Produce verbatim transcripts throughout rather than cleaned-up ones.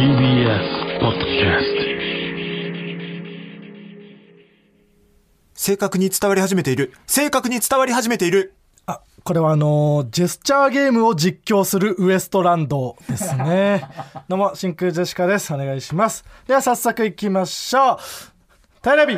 ティービーエス ポッドキャスト。 正確に伝わり始めている正確に伝わり始めているあ、これはあのー、ジェスチャーゲームを実況するウエストランドですね。どうも真空ジェシカです。お願いします。では早速いきましょう。テレビ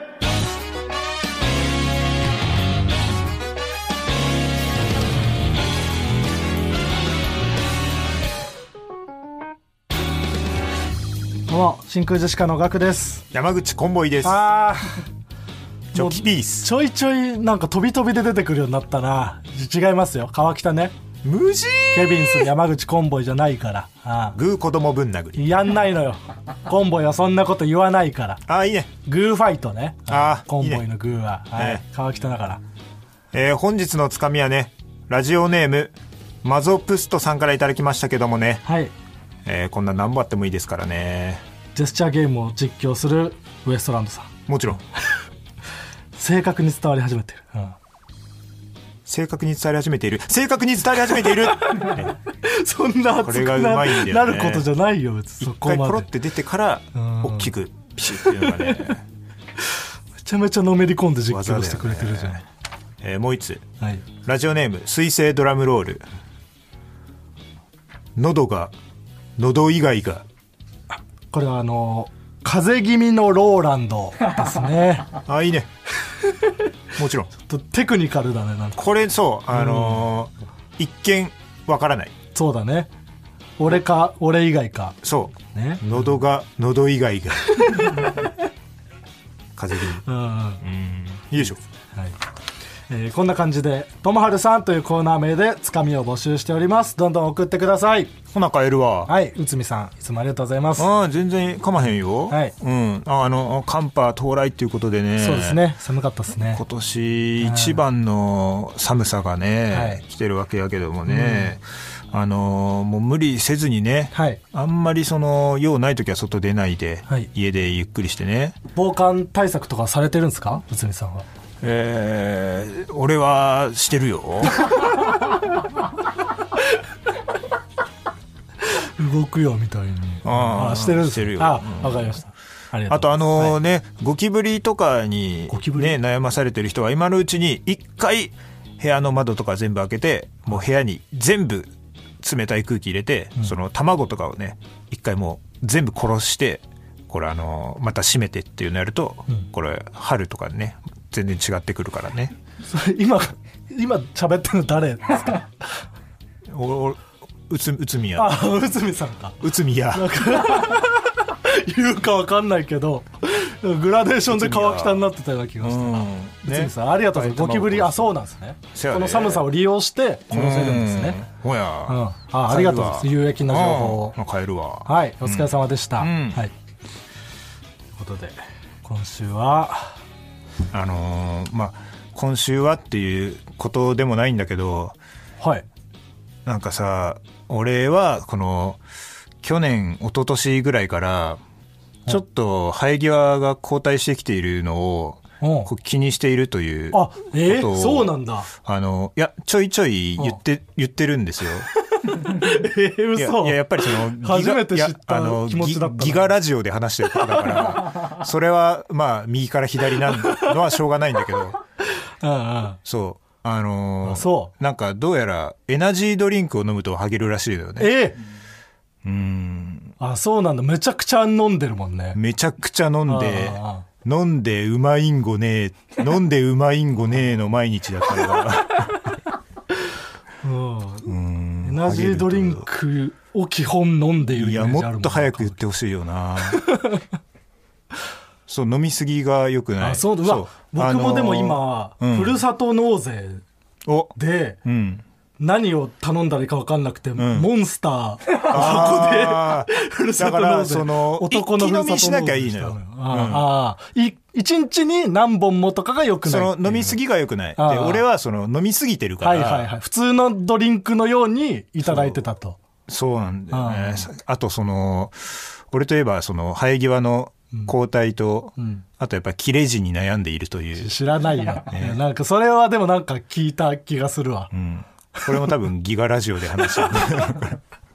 どうも真空ジェシカのガクです。 山口コンボイです。 あチョキピースちょいちょいなんか飛び飛びで出てくるようになったな。違いますよ、川北ね。 無事ケビンス山口コンボイじゃないから。ああグー子供ぶん殴りやんないのよ。コンボイはそんなこと言わないから。 ああいいね。 グーファイトね。 ああコンボイのグーは、 いいねはいええ川北だから。 えー、本日のつかみはね、ラジオネームマゾプストさんからいただきましたけどもね、 はい、 えー、こんな何本あってもいいですからね。 ジェスチャーゲームを実況するウエストランドさん、 もちろん正確に伝わり始めてる、うん、 正確に伝わり始めている正確に伝わり始めているそんなこれが熱くな、 うまいんだよね。 なることじゃないよ。別に一回ポロって出てから大きくピシッっていうのがねめちゃめちゃのめり込んで実況してくれてるじゃん、 ね。えー、もう一つ、 はい、 ラジオネーム水星ドラムロール。喉が喉以外がこれはあの風邪気味のローランドですね。 あいいねもちろんちょっとテクニカルだね。なんかこれそうあのー、一見わからない。 そうだね、俺か俺以外かそうね。 喉が喉以外が風邪気味。 うんうん、 うんいいでしょ。 はい、えー、こんな感じでともはるさんというコーナー名でつかみを募集しております。どんどん送ってください。 ほな帰るわ。 はい、内海さんいつもありがとうございます。 ああ全然かまへんよ。 はい、 うん、ああの寒波到来っていうことでね。 そうですね、寒かったですね。 今年一番の寒さがね、はい、来てるわけやけどもね、うん、あのもう無理せずにね、はい、あんまりその用ない時は外出ないで、はい、家でゆっくりしてね。 防寒対策とかされてるんですか、内海さんは。 えー、俺はしてるよ動くよみたいに。 ああしてるんです。 してるよ。 ああ、わかりました。ありがとう。 あとあのね、 はい、 ゴキブリとかに、ね、悩まされてる人は今のうちに一回部屋の窓とか全部開けて、もう部屋に全部冷たい空気入れて、うん、その卵とかをね一回もう全部殺して、これあのまた閉めてっていうのやると、うん、これ春とかね全然違ってくるからね。 それ今今喋ってるの誰ですか？ おおうつ、うつみや。 あ、うつみさんか。 うつみや。 言うか分かんないけどグラデーションで川北になってたような気がして、うんね、うつみさんありがとうございます。ゴキブリ、あ、そうなんですね。この寒さを利用して殺せるんですね。 ほや、 うん、あ、ありがとうございます。有益な情報を。 帰るわ。 はい、お疲れ様でした、うん、はい。ということで今週はあのー、まあ今週はっていうことでもないんだけど、 はい、 なんかさ、俺はこの去年一昨年ぐらいからちょっと生え際が後退してきているのをこう気にしているということを、 あ、えー、そうなんだ。 あのいやちょいちょい言って言ってるんですよ。 えー、嘘。 いや、いややっぱりその初めて知った気持ちだったな。 ギガラジオで話してることだからそれはまあ右から左なのはしょうがないんだけどうん、うん、 そうあのー、 あ、そうなんかどうやらエナジードリンクを飲むとハゲるらしいよね。 えー、 うん、 あ、そうなんだ。めちゃくちゃ飲んでるもんね。 めちゃくちゃ飲んで飲んでうまいんごねえ飲んでうまいんごねえの毎日だったから、 うん、うん、エナジードリンクを基本飲んでいるイメージあるもん。 いやもっと早く言ってほしいよなそう飲みすぎが良くない。 あ、そう、うわ、僕もでも今、あのー、ふるさと納税で、うん、何を頼んだらいいか分かんなくて、うん、モンスター箱でふるさと納税、 だからその男のふるさと納税一気飲みしなきゃいいのよ。 ああ、い一日に何本もとかが良くない。 その飲みすぎが良くない。で俺はその飲みすぎてるから、 はいはいはい、普通のドリンクのようにいただいてたと。 そう、そうなんだよね。あ, あとその俺といえばその生え際の交代と、うん、あとやっぱ切れ字に悩んでいるという。 知らないよ、ね、なんかそれはでもなんか聞いた気がするわ、 うん、これも多分ギガラジオで話してる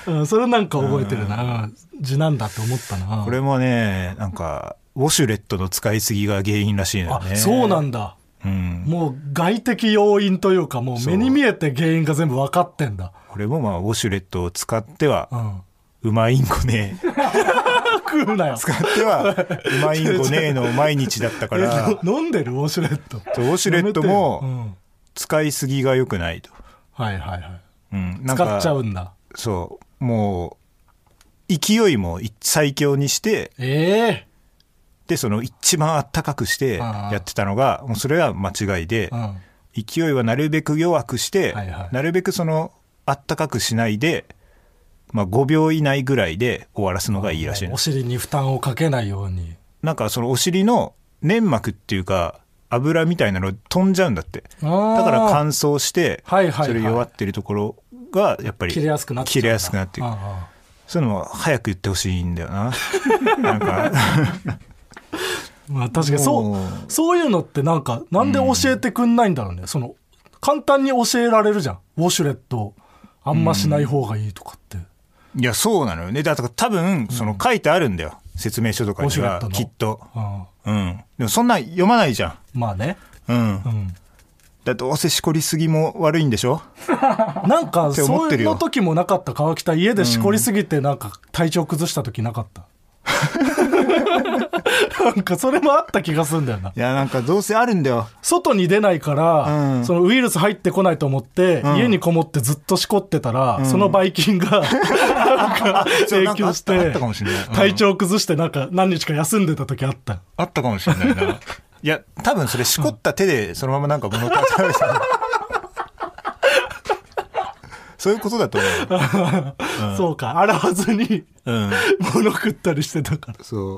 うん、それなんか覚えてるな、字なんだって思ったな。 これもねなんかウォシュレットの使いすぎが原因らしいのよね。 あ、そうなんだ、うん、もう外的要因というかもう目に見えて原因が全部分かってんだ。 これもまあウォシュレットを使っては、うん、うまいんこね食うなよ。 使ってはうまいんこねえの毎日だったから飲んでるウォシュレット。 ウォシュレットも使いすぎが良くないと。 はいはいはい、 うん、なんか使っちゃうんだ。 そうもう勢いも最強にして、 えー、 でその一番あったかくしてやってたのがもうそれは間違いで、うん、勢いはなるべく弱くして、はいはい、なるべくそのあったかくしないで、まあ、ごびょう以内ぐらいで終わらすのがいいらしい。 お尻に負担をかけないように。 なんかそのお尻の粘膜っていうか油みたいなの飛んじゃうんだって。だから乾燥して、はいはいはい、それ弱ってるところがやっぱり切れやすくなって切れやすくなっていく。そういうのは早く言ってほしいんだよななんかまあ確かにそうそういうのってなんかなんで教えてくんないんだろうね、うん、その簡単に教えられるじゃん。ウォシュレットあんましない方がいいとかって、 うん、いやそうなのよね。だから多分その書いてあるんだよ、うん、説明書とかにはきっと、うん、でもそんな読まないじゃん。 まあね、 うん、うんだどうせしこりすぎも悪いんでしょなんかそういうの時もなかった？川北家でしこりすぎてなんか体調崩した時なかった？なんかそれもあった気がするんだよな。 いやなんかどうせあるんだよ。 外に出ないから、うん、そのウイルス入ってこないと思って、うん、家にこもってずっとしこってたら、うん、そのばい菌がなんか影響して体調崩してなんか何日か休んでた時あった。 あったかもしれないな。いや多分それしこった手でそのままなんか物食べた、うん、そういうことだと思う、 うん、そうか洗わずに、うん、物食ったりしてたから。 そう、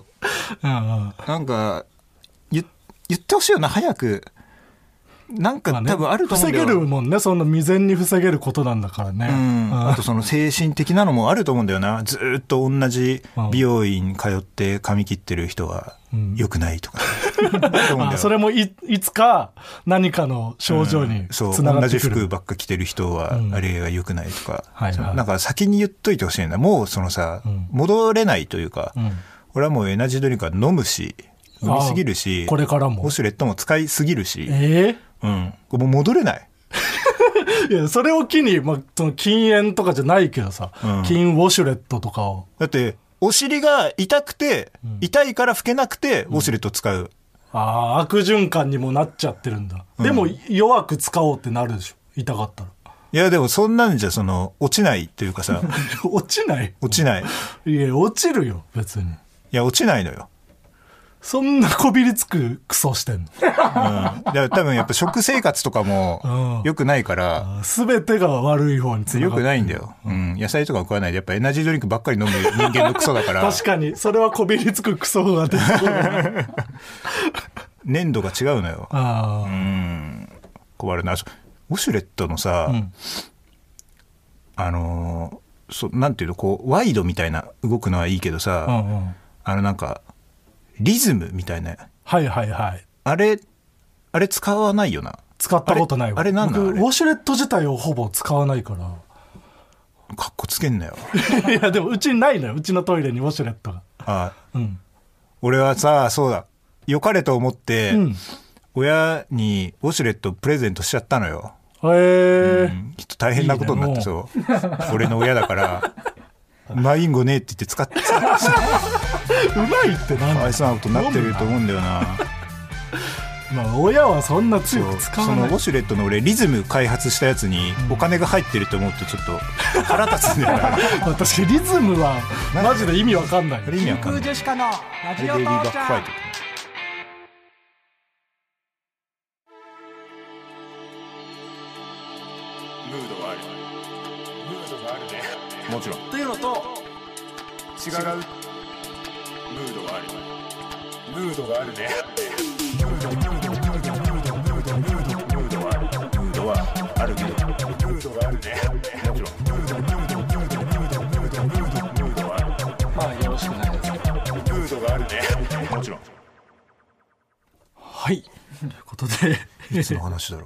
うん、なんか 言, 言ってほしいよな早く。なんか、まあね、多分あると思うんだよ。 防げるもんね。そんな未然に防げることなんだからね、 うん、あとその精神的なのもあると思うんだよな。ずっと同じ美容院通って髪切ってる人は良くないとか、 うん、あそれも い, いつか何かの症状につながってくる、うん、そう同じ服ばっか着てる人はあれが良くないとか、うんはいはい、なんか先に言っといてほしいんだ。もうそのさ、うん、戻れないというか、うん、俺はもうエナジードリンクは飲むし飲みすぎるし、 これからもウォシュレットも使いすぎるし、 えーうん、もう戻れないいやそれを機に、まあ、その禁煙とかじゃないけどさ、うん、禁ウォシュレットとかを。 だってお尻が痛くて、うん、痛いから拭けなくてウォシュレット使う、うん、 ああ悪循環にもなっちゃってるんだ、うん、でも弱く使おうってなるでしょ痛かったら。 いやでもそんなんじゃその落ちないっていうかさ落ちない落ちないいや落ちるよ別に。いや落ちないのよ。 そんなこびりつくクソしてんの、うん、だから多分やっぱ食生活とかも良くないから全てが悪い方につながってる。 良くないんだよ、うん、野菜とか食わないでやっぱエナジードリンクばっかり飲む人間のクソだから確かにそれはこびりつくクソが出てる粘度が違うのよ。あうん困るな。ウォシュレットのさ、うん、あのそなんていうのこうワイドみたいな動くのはいいけどさ、うんうん、あのなんかリズムみたいな、 はいはいはい、 あれあれ使わないよな。 使ったことないわ。 あれなんだ。 僕ウォシュレット自体をほぼ使わないから。 かっこつけんなよいやでもうちにないのよ。うちのトイレにウォシュレットが。ああ、 うん、俺はさそうだ良かれと思って、うん、親にウォシュレットプレゼントしちゃったのよ。 へえ、うん、 きっと大変なことになってそういい、ね、俺の親だからうまいんごねえって言って使ってうまいってなんだ。 かわいそうなことになってると思うんだよなまあ親はそんな強く使わない。 そのウォシュレットの俺リズム開発したやつにお金が入ってると思うとちょっと腹立つんだよな、 うん、私リズムはマジで意味わかんない。 あれ意味わかんない。 真空ジェシカのラジオ父ちゃん。デイビーバックファイト。 ムードがある。ムードがあるね。もちろん。 というのと違うムードがある。ムードがあるね。ムードムードムードムードムードムードムードムードはある。ムードはあるけどムードがあるね。もちろん。ムードムードムードムードムードムードムードはある。 まあよろしくないですか。ムードがあるね。もちろん。 はい。ということでいつの話だろ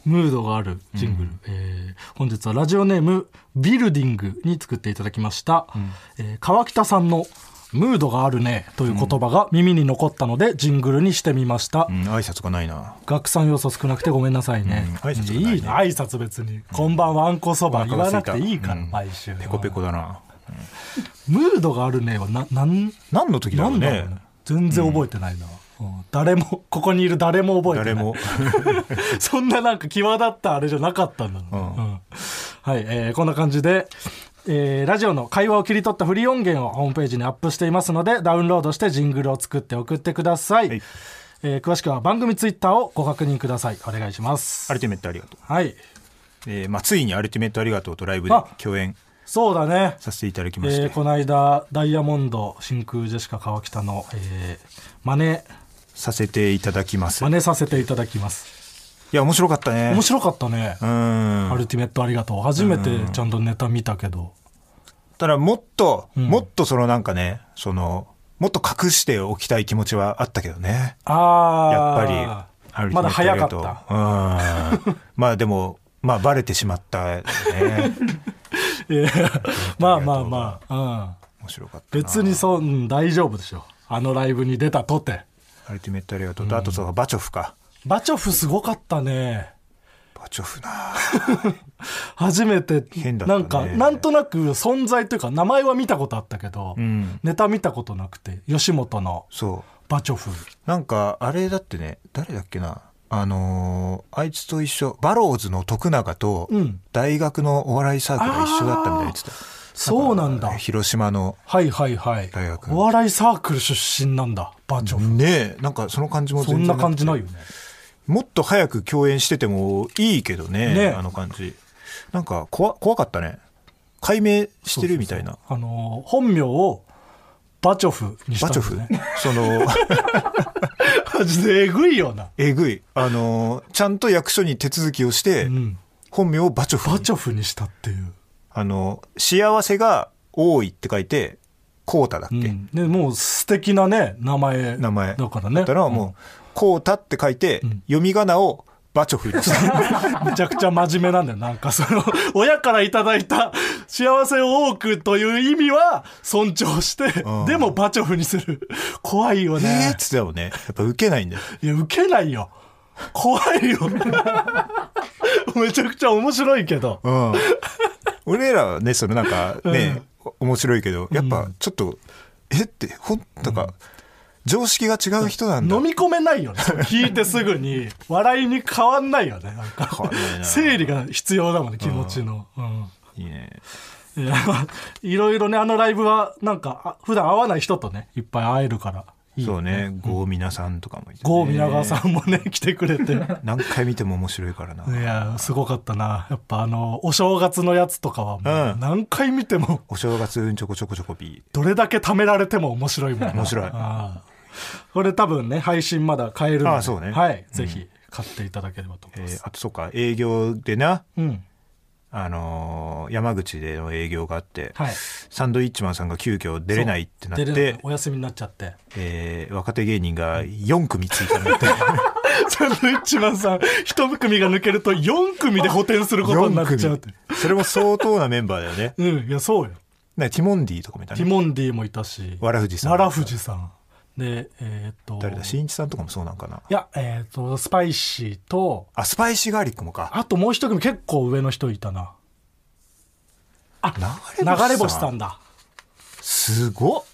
ムードがあるジングル、うんえー、本日はラジオネームビルディングに作っていただきました、うんえー、川北さんのムードがあるねという言葉が耳に残ったのでジングルにしてみました、 うん、挨拶がないな。 学さん要素少なくてごめんなさいね、 うん、挨拶がないね。 いいな挨拶別に、うん、こんばんはあんこそば言わなくていいから、うん、毎週ペコペコだな、 うん、ムードがあるねはななん何の時だろうね。 なんだろうね全然覚えてないな、うん、誰もここにいる誰も覚えてない。誰もそんななんか際立ったあれじゃなかったんだ、うんうん、はい、えー、こんな感じでえー、ラジオの会話を切り取ったフリー音源をホームページにアップしていますのでダウンロードしてジングルを作って送ってください、はいえー、詳しくは番組ツイッターをご確認ください。お願いします。 アルティメットありがとう、 はいえーまあ、ついにアルティメットありがとうとライブで共演そうだねさせていただきまして、 えー、この間ダイヤモンド真空ジェシカ川北の、えー、真似させていただきます真似させていただきます。 いや面白かったね。 面白かったね。 うんアルティメットありがとう初めてちゃんとネタ見たけどただもっと、うん、もっとそのなんかねそのもっと隠しておきたい気持ちはあったけどね。 あやっぱりまだ早かった。 うんまあでもまあバレてしまったねいやまあまあまあ、うん、面白かったな。 別にそう、うん、大丈夫でしょあのライブに出たとて。 アルティメットありがとうと、うん、あとそうバチョフか。 バチョフすごかったね。 バチョフな初めて変だった、ね、 なんかなんとなく存在というか名前は見たことあったけど、うん、ネタ見たことなくて吉本のバチョフなんかあれだってね誰だっけなあのー、あいつと一緒バローズの徳永と大学のお笑いサークルが一緒だったみたいな言ってた、うん、 そうなんだ。 広島のはいはいはい大学お笑いサークル出身なんだバチョフねえなんかその感じも全然そんな感じないよね。 もっと早く共演しててもいいけど ね, ねあの感じなんか 怖, 怖かったね。解明してるみたいな。 そうそうそうあのー、本名をバチョフにしたんですね。 バチョフそのマジでえぐいよな。 えぐいあのー、ちゃんと役所に手続きをして、うん、本名をバチョフバチョフにしたっていう。 あの幸せが多いって書いてコータだっけ、うん、 でもう素敵なね名前名前だからね。だったらもう、うんコータって書いて、うん、読み仮名をバチョフにしためちゃくちゃ真面目なんだよ。なんかその親からいただいた幸せを多くという意味は尊重して、うん、でもバチョフにする怖いよね。 えーっつってもねやっぱ受けないんだよ。 いや受けないよ怖いよめちゃくちゃ面白いけど、うん、 俺らはねそのなんかね、うん、面白いけどやっぱちょっと、うん、えってほんなんか、うん常識が違う人なんだ。 飲み込めないよね聞いてすぐに笑いに変わんないよね。なんか変わんないな。整理が必要だもんね気持ちの、うん、 いいね。 いやいろいろねあのライブはなんか普段会わない人とねいっぱい会えるからいい、ね、 そうね郷皆さんとかもいて、ね、 郷皆川さんもね来てくれて何回見ても面白いからな。 いやすごかったな。やっぱあのお正月のやつとかはもう何回見ても、うん、 お正月うんちょこちょこちょこピーどれだけ貯められても面白いもん。 面白い。 あこれ多分ね配信まだ買えるので、 あそうね、 はい、うん、ぜひ買っていただければと思います、 えー、あとそうか営業でな、 うん、 あのー、山口での営業があって、 はい、 サンドイッチマンさんが急遽出れないってなってお休みになっちゃって、 えー、若手芸人がよん組ついたんだってサンドイッチマンさん一組が抜けるとよん組で補填することになっちゃうってそれも相当なメンバーだよねうんいやそうよ。 ティモンディとかもいたね。 ティモンディもいたしわらふじさんわらふじさんでえー、っと誰だしんいちさんとかもそうなんかな。 いやえー、っとスパイシーとあスパイシーガーリックもか。 あともう一組結構上の人いたなあ流れ星さんだ。 すごっ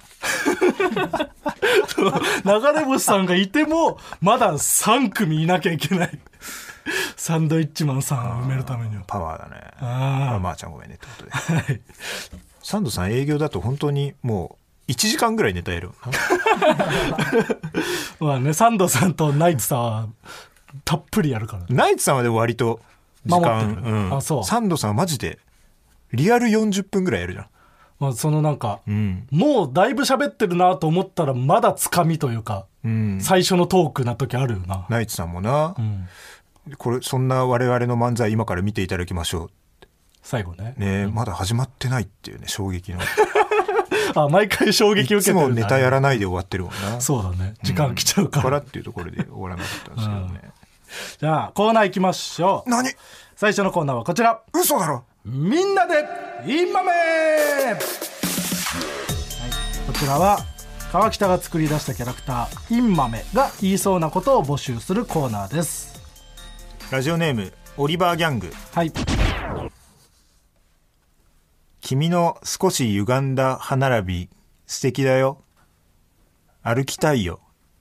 流れ星さんがいてもまださん組いなきゃいけないサンドイッチマンさんを埋めるためにはパワーだね。 ああまあちゃんごめんねってことで、はい、サンドさん営業だと本当にもういちじかんぐらいネタやるまあねサンドさんとナイツさんはたっぷりやるから、ね、 ナイツさんはでも割と時間、うん、 あそうサンドさんはマジでリアルよんじゅっぷんぐらいやるじゃん。 まあ、そのなんか、 うん、 もうだいぶ喋ってるなと思ったらまだつかみというか、うん、最初のトークな時あるよな。 ナイツさんもな、 うん、 これそんな我々の漫才今から見ていただきましょう最後ねね、 うん、 まだ始まってないっていうね衝撃のあ毎回衝撃受けてる。いつもネタやらないで終わってるもんな。 そうだね時間来ちゃうから、 うん、からっていうところで終わらなかったんですけどね、 じゃあコーナー行きましょう。 何？ 最初のコーナーはこちら。 嘘だろ。 みんなでインマメ、はい、こちらは川北が作り出したキャラクターインマメが言いそうなことを募集するコーナーです。 ラジオネームオリバーギャング。 はい。 君の少し歪んだ歯並び素敵だよ、歩きたいよ。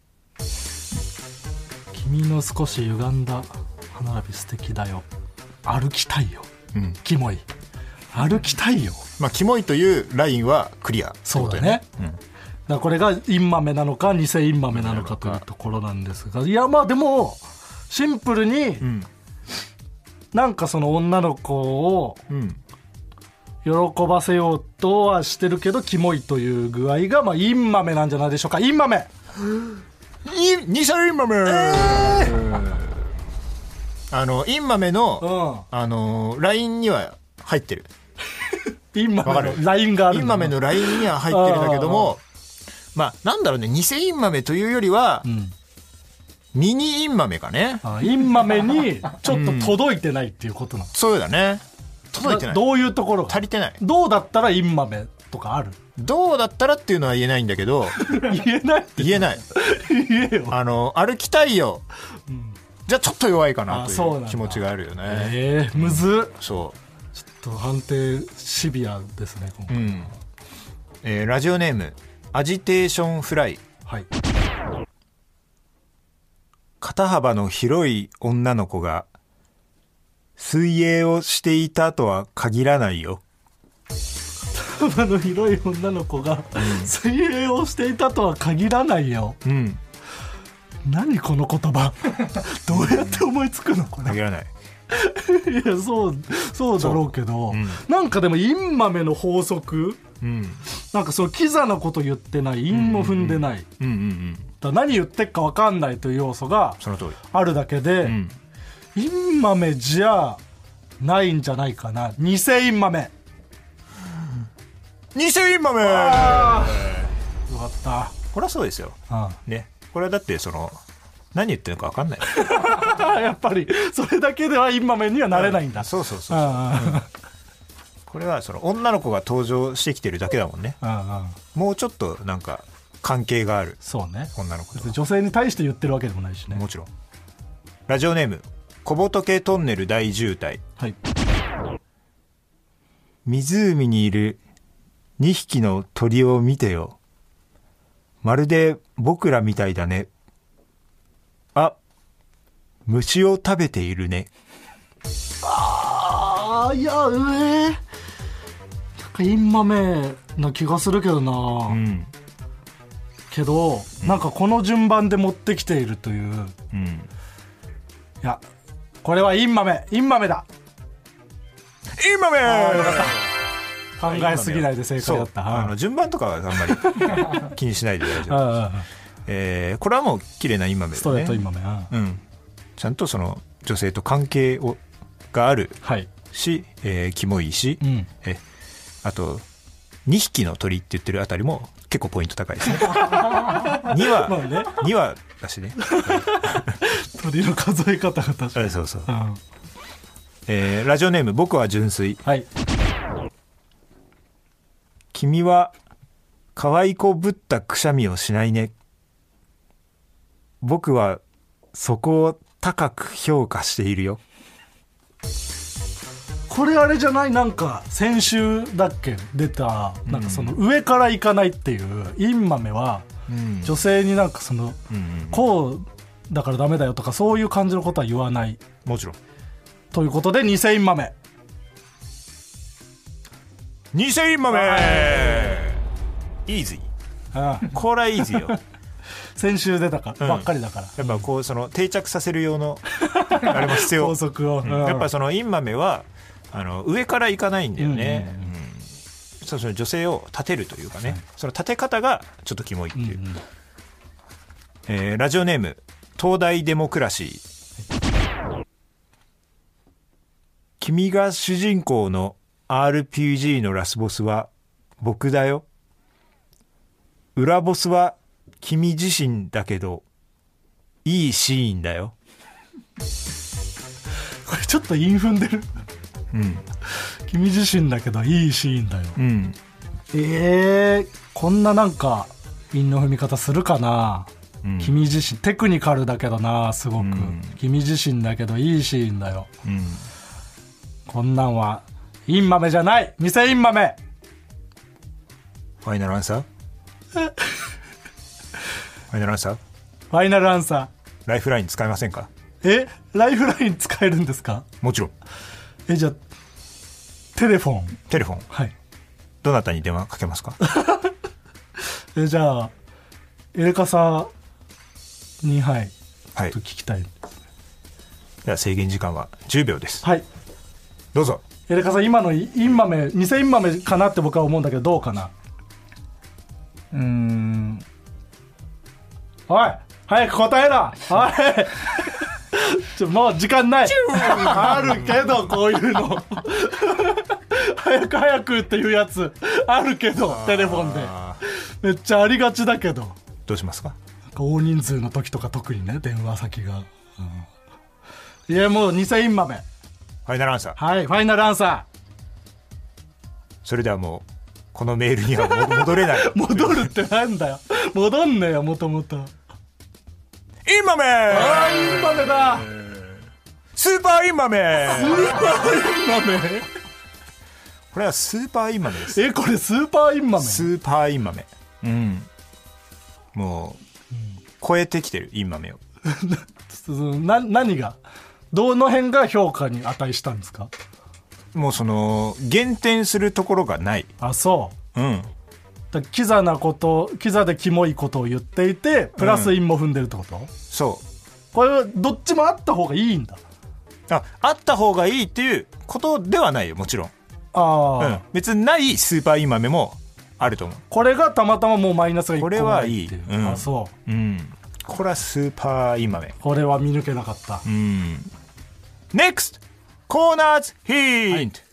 君の少し歪んだ歯並び素敵だよ、歩きたいよ、うん、キモい、歩きたいよ。 まあキモいというラインはクリア。 そうだね、うん、だからこれがインマメなのか偽インマメなのかというところなんですが、いやまあでもシンプルに、うん、なんかその女の子を喜ばせようとはしてるけどキモいという具合がまあインマメなんじゃないでしょうか。インマメ偽インマメ、えー、あのインマメの、うん、あの ライン には入ってるインマメの ライン がある。 インマメの ライン には入ってるんだけども、まあなんだろうね、偽インマメというよりは、うん、ミニインマメかね。 あインマメにちょっと届いてないっていうことなの、うん、 そうだね、届いてない。 どういうところ足りてない。 どうだったらインマメとかある？ どうだったらっていうのは言えないんだけど言えないって言えない言えよ。 あの歩きたいよ、うん、じゃあちょっと弱いかなという気持ちがあるよね。 えー、むずっ。 そうちょっと判定シビアですね今回、うんえー、ラジオネームアジテーションフライ。 はい。 肩幅の広い女の子が水泳をしていたとは限らないよ。 肩幅の広い女の子が水泳をしていたとは限らないよ、うん、何この言葉どうやって思いつくのこれ。 限らないいやそうそうだろうけど、うん、なんかでもインマメの法則、うん、なんかそのキザなこと言ってない、インも踏んでない、うんうんうん、だ何言ってっか分かんないという要素があるだけで、うん、インマメじゃないんじゃないかな。偽インマメ、 偽インマメ。よかった。 これはそうですよ、ああね、これはだってその何言ってるのか分かんないやっぱりそれだけではインマメにはなれないんだ、 うん、そうそうそうそう、うん、これはその女の子が登場してきてるだけだもんね。もうちょっとなんか関係がある。 そうね、 女の子と女性に対して言ってるわけでもないしね。 もちろん。ラジオネーム小仏トンネル大渋滞。はい。湖にいるにひきの鳥を見てよ、まるで僕らみたいだね。あ、虫を食べているね。 あーいやうえー、なんかインマメな気がするけどな、うん、けどなんかこの順番で持ってきているという、うん、いやこれはインマメ、インマメだ。 インマメ考えすぎないで正解だった。 あの順番とかはあんまり気にしないで大丈夫えー、これはもう綺麗なインマメですね。 ストレートインマメ、 うん、ちゃんとその女性と関係をがあるし、はいえー、キモいし、うん、えあとにひきの鳥って言ってるあたりも結構ポイント高いですねには、ね、にはだしね鳥の数え方が確かにそうそう、うんえー、ラジオネーム僕は純粋。はい。君は可愛い子ぶったくしゃみをしないね。僕はそこを高く評価しているよ。 これあれじゃない？なんか先週だっけ出たなんかその上から行かないっていうインマメは女性になんかそのこうだからダメだよとかそういう感じのことは言わない。 もちろん。 ということで偽インマメ。 偽インマメイージー。ああこれはイージーよ先週出たか、うん、ばっかりだから。 やっぱこうその定着させる用のあれも必要法則を、うん、 やっぱそのインマメはあの上から行かないんだよね、うんうんうん、そうその女性を立てるというかね、はい、その立て方がちょっとキモいっていう、うんうんえー、ラジオネーム東大デモクラシー、はい、君が主人公の アールピージー のラスボスは僕だよ。裏ボスは君自身だけどいいシーンだよ。 これちょっと韻踏んでる。 うん、 君自身だけどいいシーンだよ、 うん、 えー、こんななんか韻の踏み方するかな、うん、君自身テクニカルだけどなすごく、うん、君自身だけどいいシーンだよ、うん、こんなんはインマメじゃない、偽インマメ。 ファイナルアンサーファイナルアンサーファイナルアンサー。 ライフライン使えませんか？ えライフライン使えるんですか？ もちろん。 えじゃあテレフォンテレフォン、 はい、どなたに電話かけますか？ えじゃあエレカサに、はい、 はい、 ちょっと聞きたいですね。 では制限時間はじゅうびょうです。 はい、 どうぞ。 エレカサイン豆インマメ偽インマメかなって僕は思うんだけどどうかな。うーんおい早く答えろおいちょもう時間ないあるけどこういうの早く早くっていうやつあるけどテレフォンでめっちゃありがちだけどどうしますか？ 大人数の時とか特にね電話先が、うん、いやもう偽インマメ。 ファイナルアンサー。 はい、ファイナルアンサー。 それではもうこのメールには戻れない戻るってなんだよ、戻んねよもともと。 インマメー。 あーインマメだ、 スーパーインマメー。 スーパーインマメこれはスーパーインマメです。 えこれスーパーインマメ。 スーパーインマメ、うん、もう、うん、超えてきてるインマメをな何がどの辺が評価に値したんですか？ もうその減点するところがない。 あそう、 うん、 だキザなことキザでキモいことを言っていてプラス韻も踏んでるってこと、うん、 そうこれはどっちもあった方がいいんだ。 ああった方がいいっていうことではないよもちろん。 あ、うん、 別にないスーパーインマメもあると思う。 これがたまたまもうマイナスがいっここれはいい、 うん、あそう、 うん、これはスーパーインマメ。 これは見抜けなかった。 うん。 ネクスト コーナーズヒント、はい、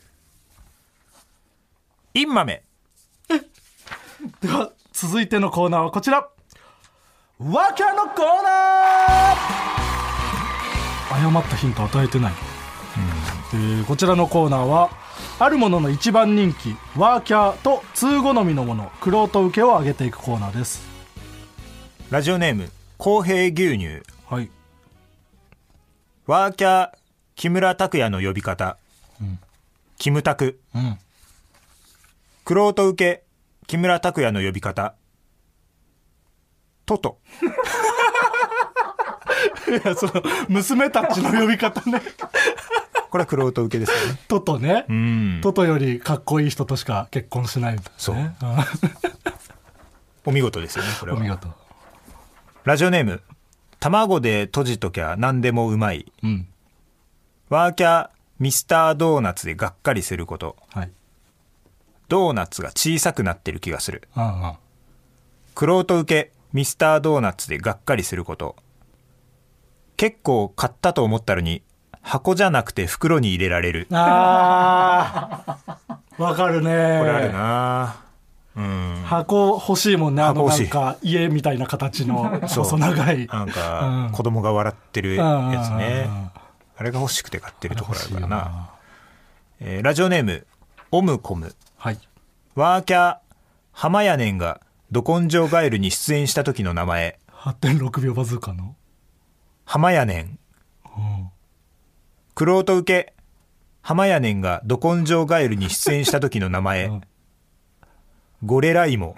インマメでは続いてのコーナーはこちら、ワーキャーのコーナー。誤ったヒント与えてない、うん、えー、こちらのコーナーはあるものの一番人気ワーキャーと通好みのもの玄人受けを上げていくコーナーです。 ラジオネーム公平牛乳、 はい、 ワーキャー木村拓哉の呼び方、うん、キムタク、うん、玄人受け木村拓哉の呼び方トトいやその娘たちの呼び方ねこれは玄人受けですよね。 トトね、 うん、 トトよりかっこいい人としか結婚しないんだ、ね、 そうお見事ですよねこれは。 お見事。 ラジオネーム卵で閉じときゃ何でもうまい、うん、ワーキャーミスタードーナツでがっかりすること、はい、ドーナツが小さくなってる気がする。玄人受けミスタードーナツでがっかりすること、結構買ったと思ったのに箱じゃなくて袋に入れられる。 あーわかるね。 これあるな、うん、 箱欲しいもんね。あのなんか家みたいな形の細長いなんか子供が笑ってるやつね、うん、あれが欲しくて買ってるところあるからな。な、えー、ラジオネームオムコム、はい、ワーキャー浜屋根がど根性ガエルに出演した時の名前。 はってんろく 秒バズーカの浜屋根、玄人受け浜屋根がど根性ガエルに出演した時の名前、うん、ゴレライモ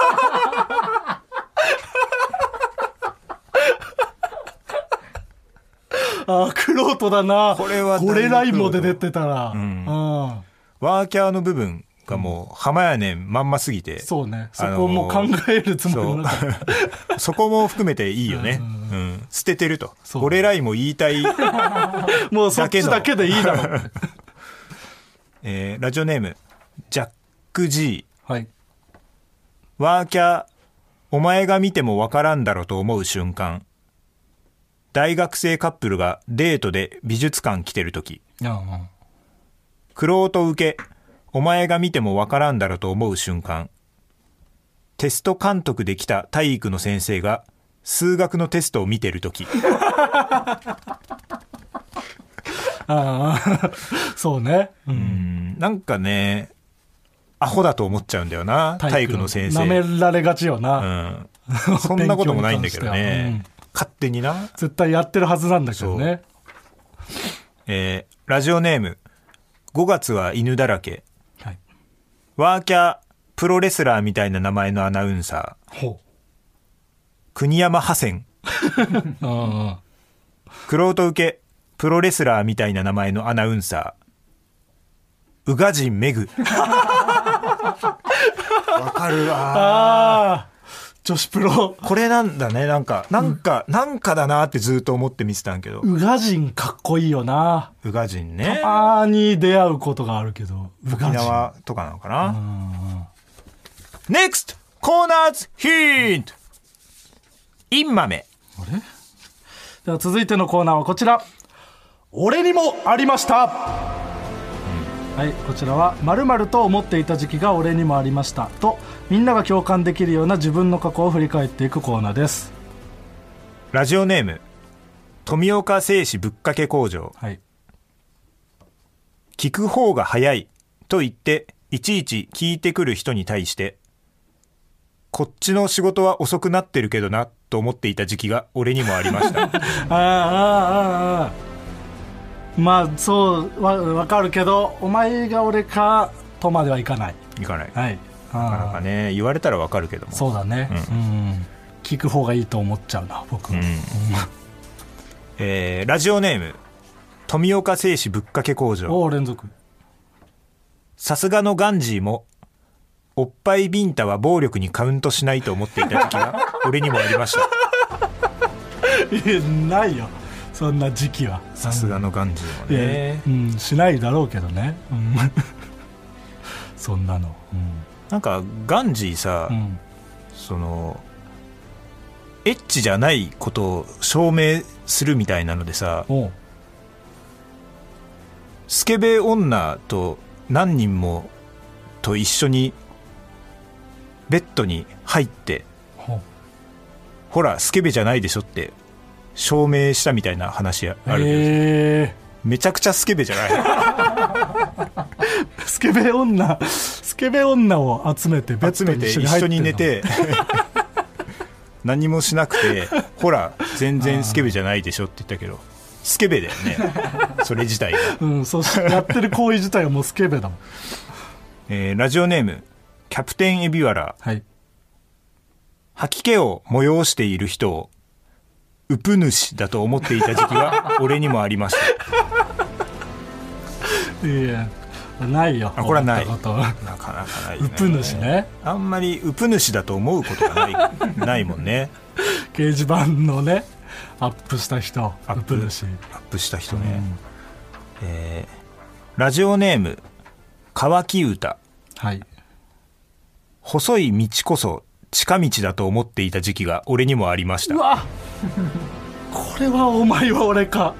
あー玄人だな。 これはゴレライモで出てたら、うん、 ワーキャーの部分がもう浜屋根まんますぎて、 そうね、そこも考えるつもりなかった。 そこも含めていいよね、うんうん、捨ててると。ゴレライモ言いたいもうそっちだけでいいだろう、 えー、ラジオネームジャック G、 はい、 ワーキャーお前が見てもわからんだろと思う瞬間。大学生カップルがデートで美術館来てるとき。玄人受けお前が見てもわからんだろと思う瞬間。テスト監督で来た体育の先生が数学のテストを見てるとき。 ああそうね、うん、 うんなんかねアホだと思っちゃうんだよな体育の先生。 舐められがちよな、 うん、そんなこともないんだけどね、うん、勝手にな絶対やってるはずなんだけどね。 えー、ラジオネームごがつは犬だらけ、 はい、 ワーキャープロレスラーみたいな名前のアナウンサーほう国山ハセンクロート受けプロレスラーみたいな名前のアナウンサー宇賀神メグわかるわあ女子プロこれなんだねなんかなんか、うん、なんかだなってずっと思って見てたんけど宇賀神かっこいいよな。 宇賀神ねたまに出会うことがあるけど沖縄とかなのかな。ネクストコーナーズヒントインマメ。 あれでは続いてのコーナーはこちら俺にもありました、うん、はい、こちらは〇〇と思っていた時期が俺にもありましたとみんなが共感できるような自分の過去を振り返っていくコーナーです。 ラジオネーム富岡製紙ぶっかけ工場、 はい、 聞く方が早いと言っていちいち聞いてくる人に対してこっちの仕事は遅くなってるけどなと思っていた時期が俺にもありましたあああああまあそうわ分かるけどお前が俺かとまではいかないいかない、 はい、 なかなかね言われたら分かるけどもそうだね、うんうん、聞く方がいいと思っちゃうな僕、うんえー、ラジオネーム富岡製紙ぶっかけ工場。 お連続。 さすがのガンジーもおっぱいビンタは暴力にカウントしないと思っていた時期が俺にもありましたいやないよそんな時期は。 さすがのガンジーもね、 うん、しないだろうけどね、うん、そんなの、うん、 なんかガンジーさ、うん、そのエッチじゃないことを証明するみたいなのでさスケベ女と何人もと一緒にベッドに入ってほらスケベじゃないでしょって証明したみたいな話あるけど、 えー、めちゃくちゃスケベじゃないスケベ女スケベ女を集めてベッドに一緒に入って一緒に寝て何もしなくてほら全然スケベじゃないでしょって言ったけどスケベだよねそれ自体が、 うん、そうやってる行為自体はもうスケベだもん、 えー、ラジオネームキャプテンエビワラ、 はい、 吐き気を催している人をウプ主だと思っていた時期が俺にもありましたいやないよ。 あこれはないなかなかない、ね、 ウプ主ね。 あんまりウプ主だと思うことがないないもんね掲示板のねアップした人アップ、ウプ主アップした人ね、うんえー、ラジオネーム乾き歌、 はい、 細い道こそ近道だと思っていた時期が俺にもありました。 うわこれはお前は俺か。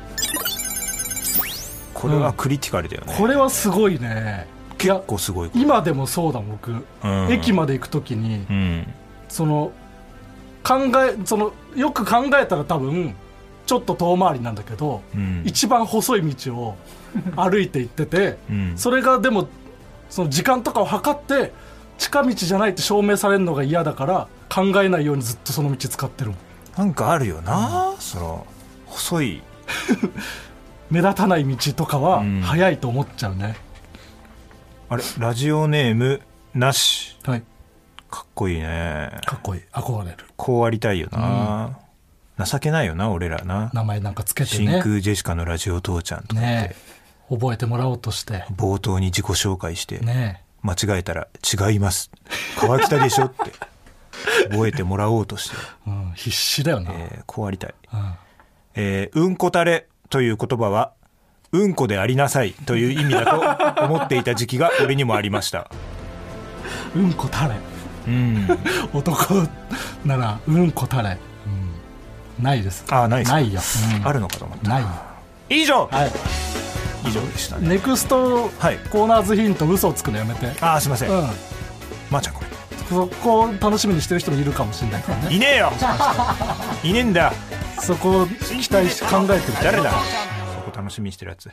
これはクリティカルだよね、 うん、これはすごいね。 結構すごい。 今でもそうだ僕、うん、駅まで行くときに、うん、その考えそのよく考えたら多分ちょっと遠回りなんだけど、うん、一番細い道を歩いて行ってて、うん、それがでもその時間とかを測って近道じゃないって証明されるのが嫌だから考えないようにずっとその道使ってるもん。 なんかあるよな、うん、その細い目立たない道とかは早いと思っちゃうね、 うん、あれラジオネームなし、 はい、 かっこいいね。 かっこいい。憧れる。 こうありたいよな、うん、情けないよな俺らな。 名前なんかつけてね。 真空ジェシカのラジオ父ちゃんとかって、ね、 覚えてもらおうとして冒頭に自己紹介して、 ね、 間違えたら違います川北でしょって覚えてもらおうとして、 うん、必死だよな、 えー、こうありたい、 うんえー、うんこたれという言葉はうんこでありなさいという意味だと思っていた時期が俺にもありましたうんこたれ、うん、男ならうんこたれ、うん、ないです。 あ、ないです。 ないよ、 うん、あるのかと思った。 ないよ。 以上、 はい、 以上でしたね。 ネクストコーナーズヒント、嘘をつくのやめて。 あ、すいません、うん、まー、あ、ちゃんこれそこを楽しみにしてる人もいるかもしれないからね。 いねえよいねえんだ。 そこを期待して考えてる誰だ。 楽しみにしてるやつ。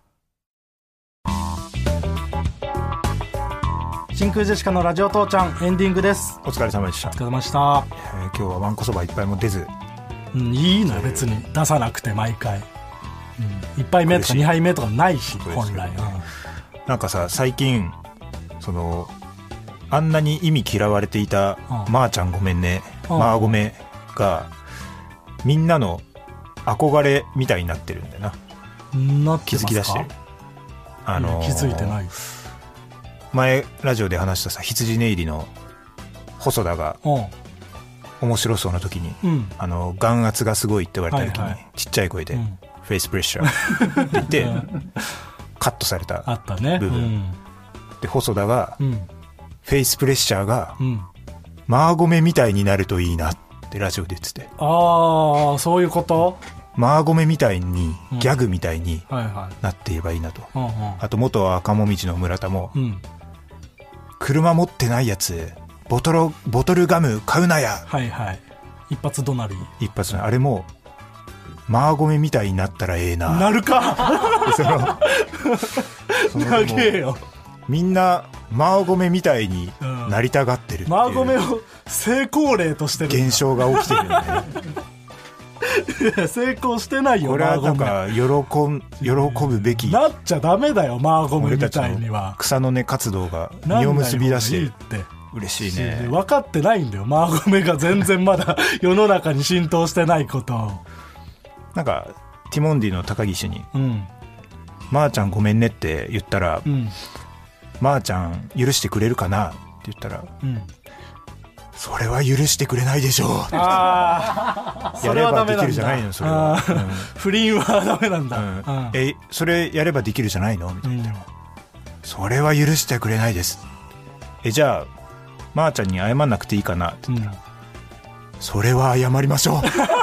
真空ジェシカのラジオ父ちゃんエンディングです。 お疲れ様でした。 お疲れ様でした、 えー、今日はわんこそばいっぱいも出ず、 うん、いいのよ別に出さなくて毎回、うん、いっぱいめとかにはいめとかないし本来、うん、 なんかさ最近そのあんなに意味嫌われていた、うん、まーちゃんごめんね、うん、まーごめがみんなの憧れみたいになってるんだよな。 なってますか？ 気づき出してる。あのー、 気づいてない。 前ラジオで話したさ羊ネイリの細田が面白そうな時に、うん、あの眼圧がすごいって言われた時に、はいはい、ちっちゃい声で、うん、フェイスプレッシャーって言ってカットされた部分あったね、うん、 で細田が、うん、フェイスプレッシャーが、うん、マーゴメみたいになるといいなってラジオで言ってて、 ああそういうこと、 マーゴメみたいにギャグみたいになっていればいいなと、うんはいはい、あと元赤もみじの村田も、うん、車持ってないやつボトル、ボトルガム買うなや、 はいはい、一発怒鳴り一発あれもマーゴメみたいになったらええななるかそのその長えよみんなマーゴメみたいになりたがってるっていう、うん、 マーゴメを成功例としてる現象が起きてるんだね成功してないよ。 これはなんか喜ん喜ぶべきなっちゃダメだよマーゴメみたいには。 草の根活動が実を結び出してるって嬉しいね。 分かってないんだよマーゴメが全然まだ世の中に浸透してないことを。 なんかティモンディの高岸に、うん、まーちゃんごめんねって言ったら、うん、まーちゃん許してくれるかなって言ったら、うん、それは許してくれないでしょう。あやればできるじゃないのそれは、うん、 不倫はダメなんだ、うんうん、えそれやればできるじゃないのみたいな、うん、それは許してくれないです。えじゃあまーちゃんに謝んなくていいかなって言ったら、うん、それは謝りましょう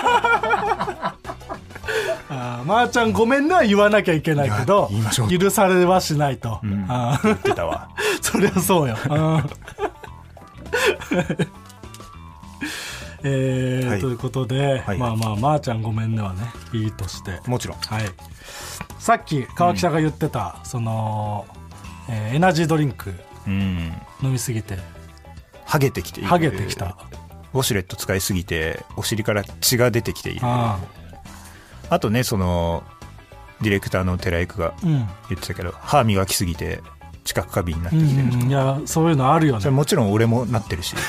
あまーちゃんごめんねは言わなきゃいけないけど言いましょう許されはしないと、 うん、あ言ってたわそりゃそうよえーはい、ということで、はい、まあまあまーちゃんごめんねはねいいとしてもちろん、 はい、さっき川北が言ってた、うん、その、えー、エナジードリンク、うん、飲みすぎてハゲてきている、 ハゲてきたウォシュレット使いすぎてお尻から血が出てきている。あ, あとねそのディレクターの寺井くが言ってたけど、うん、歯磨きすぎて知覚過敏になってきてる、 うん、いやそういうのあるよね。 それもちろん俺もなってるし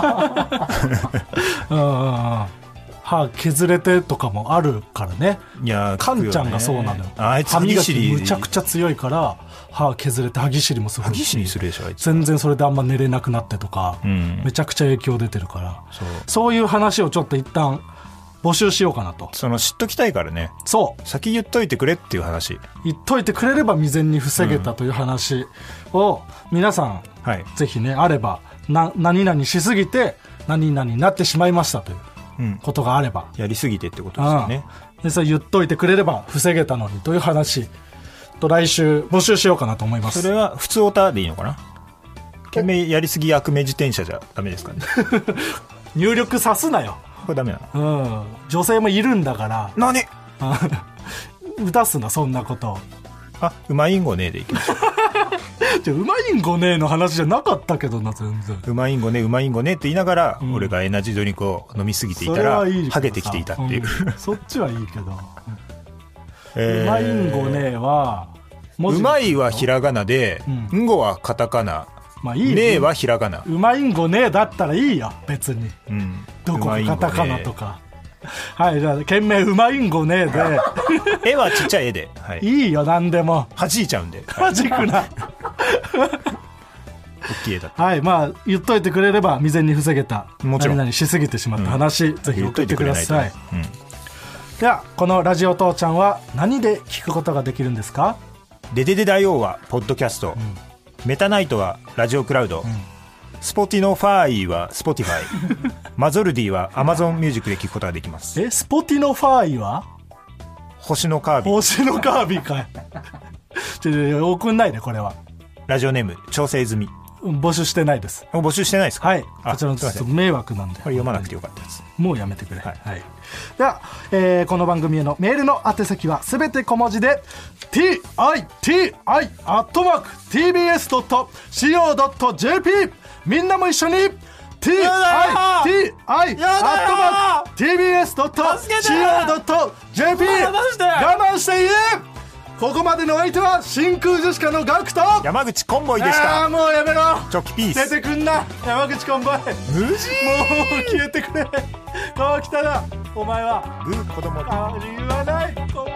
うんうん歯削れてとかもあるからね。 いやカンちゃんがそうなのよ。 あいつ歯磨きむちゃくちゃ強いから歯削れて歯ぎしりもするし、 歯ぎしりするでしょあいつ。 全然それであんま寝れなくなってとか、うん、めちゃくちゃ影響出てるから、そう、そういう話をちょっと一旦募集しようかなと。 その知っときたいからね。 そう先言っといてくれっていう話。 言っといてくれれば未然に防げたという話を皆さん、はい、ぜひねあればな何々しすぎて何々になってしまいましたということがあれば、 うん、やりすぎてってことですよね。 でそれ言っといてくれれば防げたのにという話と来週募集しようかなと思います。 それは普通オタでいいのかな。懸命やりすぎ悪名自転車じゃダメですかね入力さすなよ。 これダメなの、 うん、女性もいるんだから何出すなそんなこと。 あうまいんごねえでいきましょうじゃうまいんごねえの話じゃなかったけどな全然。 うまいんごねうまいんごねって言いながら、うん、俺がエナジードリンクを飲みすぎていたらいいハゲてきていたっていう、 うん、そっちはいいけど、えー、うまいんごねえはうまいはひらがなで、うん、んごはカタカナ、まあいいねえはひらがな。 うまいんごねえだったらいいよ別に、うん、どこかカタカナとか。はいじゃあ懸命うまいんごねえで絵はちっちゃい絵で、はい、 いいよ何でも弾いちゃうんで弾くな OK だった。 はいまあ言っといてくれれば未然に防げた。もちろん何々しすぎてしまった話、うん、ぜひ送ってください、うん、ではこのラジオ父ちゃんは何で聞くことができるんですか。 デデデ大王はポッドキャスト、うん、メタナイトはラジオクラウド、うん、スポティノファイはスポティファイマゾルディはアマゾンミュージックで聞くことができます。 えスポティノファイは星のカービィ。 星のカービィかいちょっと送んないでこれは。 ラジオネーム調整済み。 募集してないです。 募集してないですか。 はい、こちらのちょっと迷惑なんでこれ読まなくてよかったです。 もうやめてくれ。はい、はい、では、えー、この番組へのメールの宛先はすべて小文字で ティーアイティーアイ アットマーク ティービーエス ドット シーオー ドット ジェーピー みんなも一緒に ティーアイティーアイ アットマーク ティービーエス ドット シーオー ドット ジェーピー 我慢していい。ここまでの相手は真空ジェシカのガクと山口コンボイでした。 あーもうやめろ。 チョキピース出てくんな山口コンボイ。 無事もう消えてくれ。川北だお前は。 グー子供あ言わない。